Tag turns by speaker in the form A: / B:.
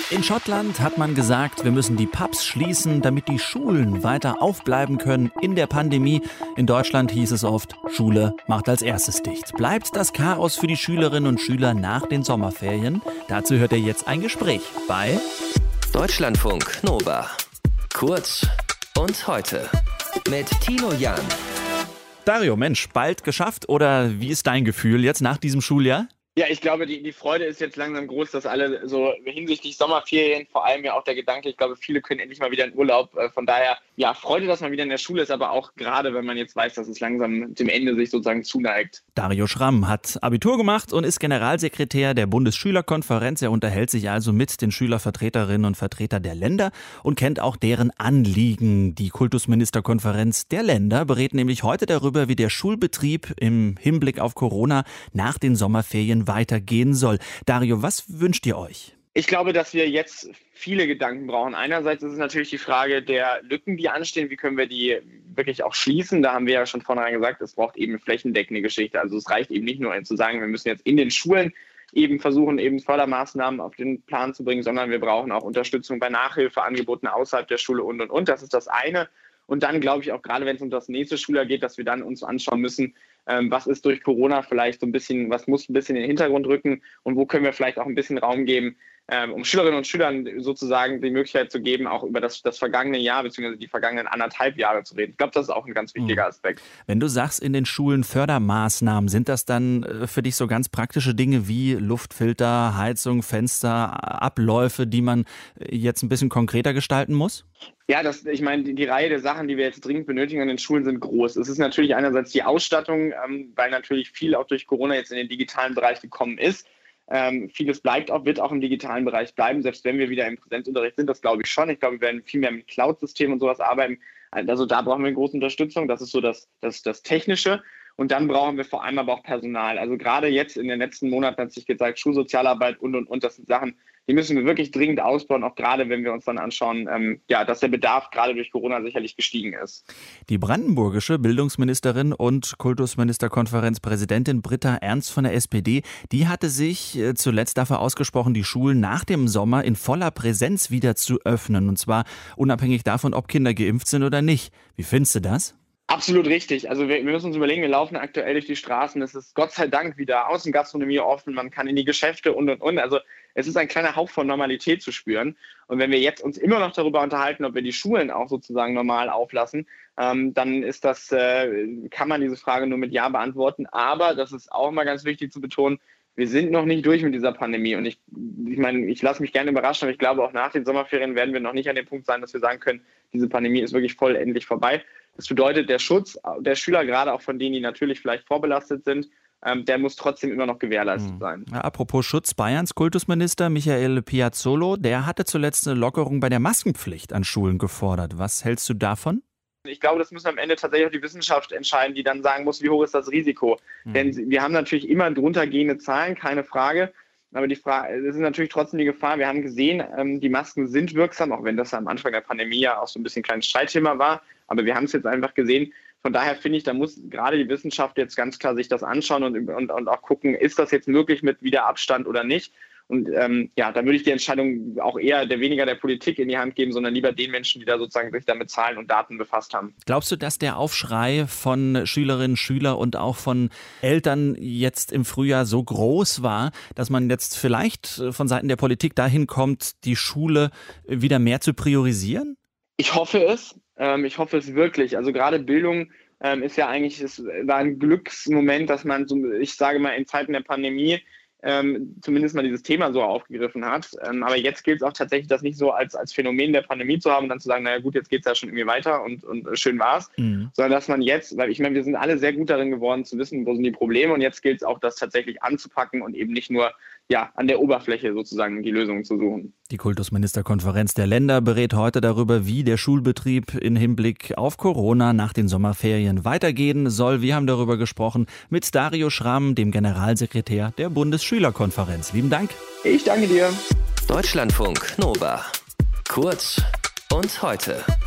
A: In Schottland hat man gesagt, wir müssen die Pubs schließen, damit die Schulen weiter aufbleiben können in der Pandemie. In Deutschland hieß es oft, Schule macht als erstes dicht. Bleibt das Chaos für die Schülerinnen und Schüler nach den Sommerferien? Dazu hört ihr jetzt ein Gespräch bei
B: Deutschlandfunk Nova. Kurz und heute mit Tino Jan.
A: Dario, Mensch, bald geschafft oder wie ist dein Gefühl jetzt nach diesem Schuljahr?
C: Ja, ich glaube, die Freude ist jetzt langsam groß, dass alle so hinsichtlich Sommerferien, vor allem ja auch der Gedanke, ich glaube, viele können endlich mal wieder in Urlaub. Von daher, ja, Freude, dass man wieder in der Schule ist, aber auch gerade, wenn man jetzt weiß, dass es langsam dem Ende sich sozusagen zuneigt.
A: Dario Schramm hat Abitur gemacht und ist Generalsekretär der Bundesschülerkonferenz. Er unterhält sich also mit den Schülervertreterinnen und Vertretern der Länder und kennt auch deren Anliegen. Die Kultusministerkonferenz der Länder berät nämlich heute darüber, wie der Schulbetrieb im Hinblick auf Corona nach den Sommerferien weitergehen soll. Dario, was wünscht ihr euch?
C: Ich glaube, dass wir jetzt viele Gedanken brauchen. Einerseits ist es natürlich die Frage der Lücken, die anstehen. Wie können wir die wirklich auch schließen? Da haben wir ja schon vornherein gesagt, es braucht eben eine flächendeckende Geschichte. Also es reicht eben nicht nur zu sagen, wir müssen jetzt in den Schulen eben versuchen, eben Fördermaßnahmen auf den Plan zu bringen, sondern wir brauchen auch Unterstützung bei Nachhilfeangeboten außerhalb der Schule und. Das ist das eine. Und dann glaube ich auch, gerade wenn es um das nächste Schuljahr geht, dass wir dann uns anschauen müssen, was ist durch Corona vielleicht so ein bisschen, was muss ein bisschen in den Hintergrund rücken und wo können wir vielleicht auch ein bisschen Raum geben, um Schülerinnen und Schülern sozusagen die Möglichkeit zu geben, auch über das vergangene Jahr bzw. die vergangenen 1,5 Jahre zu reden. Ich glaube, das ist auch ein ganz wichtiger Aspekt.
A: Wenn du sagst, in den Schulen Fördermaßnahmen, sind das dann für dich so ganz praktische Dinge wie Luftfilter, Heizung, Fenster, Abläufe, die man jetzt ein bisschen konkreter gestalten muss?
C: Ja, ich meine, die Reihe der Sachen, die wir jetzt dringend benötigen an den Schulen, sind groß. Es ist natürlich einerseits die Ausstattung, weil natürlich viel auch durch Corona jetzt in den digitalen Bereich gekommen ist. Vieles wird auch im digitalen Bereich bleiben, selbst wenn wir wieder im Präsenzunterricht sind, das glaube ich schon. Ich glaube, wir werden viel mehr mit Cloud-Systemen und sowas arbeiten. Also da brauchen wir eine große Unterstützung, das ist so das Technische. Und dann brauchen wir vor allem aber auch Personal. Also gerade jetzt in den letzten Monaten hat sich gezeigt, Schulsozialarbeit und. Das sind Sachen, die müssen wir wirklich dringend ausbauen, auch gerade wenn wir uns dann anschauen, dass der Bedarf gerade durch Corona sicherlich gestiegen ist.
A: Die brandenburgische Bildungsministerin und Kultusministerkonferenzpräsidentin Britta Ernst von der SPD, die hatte sich zuletzt dafür ausgesprochen, die Schulen nach dem Sommer in voller Präsenz wieder zu öffnen. Und zwar unabhängig davon, ob Kinder geimpft sind oder nicht. Wie findest du das?
C: Absolut richtig. Also wir müssen uns überlegen, wir laufen aktuell durch die Straßen. Es ist Gott sei Dank wieder Außengastronomie offen, man kann in die Geschäfte und. Also es ist ein kleiner Hauch von Normalität zu spüren. Und wenn wir jetzt uns immer noch darüber unterhalten, ob wir die Schulen auch sozusagen normal auflassen, dann ist kann man diese Frage nur mit Ja beantworten. Aber das ist auch mal ganz wichtig zu betonen, wir sind noch nicht durch mit dieser Pandemie. Und ich meine, ich lasse mich gerne überraschen, aber ich glaube, auch nach den Sommerferien werden wir noch nicht an dem Punkt sein, dass wir sagen können, diese Pandemie ist wirklich vollendlich vorbei. Das bedeutet, der Schutz der Schüler, gerade auch von denen, die natürlich vielleicht vorbelastet sind, der muss trotzdem immer noch gewährleistet sein.
A: Ja, apropos Schutz, Bayerns Kultusminister Michael Piazzolo, der hatte zuletzt eine Lockerung bei der Maskenpflicht an Schulen gefordert. Was hältst du davon?
C: Ich glaube, das muss am Ende tatsächlich auch die Wissenschaft entscheiden, die dann sagen muss, wie hoch ist das Risiko. Denn wir haben natürlich immer druntergehende Zahlen, keine Frage. Aber es ist natürlich trotzdem die Gefahr. Wir haben gesehen, die Masken sind wirksam, auch wenn das am Anfang der Pandemie ja auch so ein bisschen ein kleines Streitthema war. Aber wir haben es jetzt einfach gesehen. Von daher finde ich, da muss gerade die Wissenschaft jetzt ganz klar sich das anschauen und auch gucken, ist das jetzt möglich mit wieder Abstand oder nicht. Und da würde ich die Entscheidung auch eher weniger der Politik in die Hand geben, sondern lieber den Menschen, die da sozusagen sich damit Zahlen und Daten befasst haben.
A: Glaubst du, dass der Aufschrei von Schülerinnen, Schülern und auch von Eltern jetzt im Frühjahr so groß war, dass man jetzt vielleicht von Seiten der Politik dahin kommt, die Schule wieder mehr zu priorisieren?
C: Ich hoffe es. Ich hoffe es wirklich. Also gerade Bildung ist ja eigentlich, es war ein Glücksmoment, dass man, ich sage mal, in Zeiten der Pandemie zumindest mal dieses Thema so aufgegriffen hat. Aber jetzt gilt es auch tatsächlich, das nicht so als Phänomen der Pandemie zu haben und dann zu sagen, naja gut, jetzt geht es ja schon irgendwie weiter und schön war's. Sondern dass man jetzt, weil ich meine, wir sind alle sehr gut darin geworden zu wissen, wo sind die Probleme und jetzt gilt es auch, das tatsächlich anzupacken und eben nicht nur an der Oberfläche sozusagen die Lösungen zu suchen.
A: Die Kultusministerkonferenz der Länder berät heute darüber, wie der Schulbetrieb in Hinblick auf Corona nach den Sommerferien weitergehen soll. Wir haben darüber gesprochen mit Dario Schramm, dem Generalsekretär der Bundesschülerkonferenz. Lieben Dank.
C: Ich danke dir.
B: Deutschlandfunk Nova. Kurz und heute.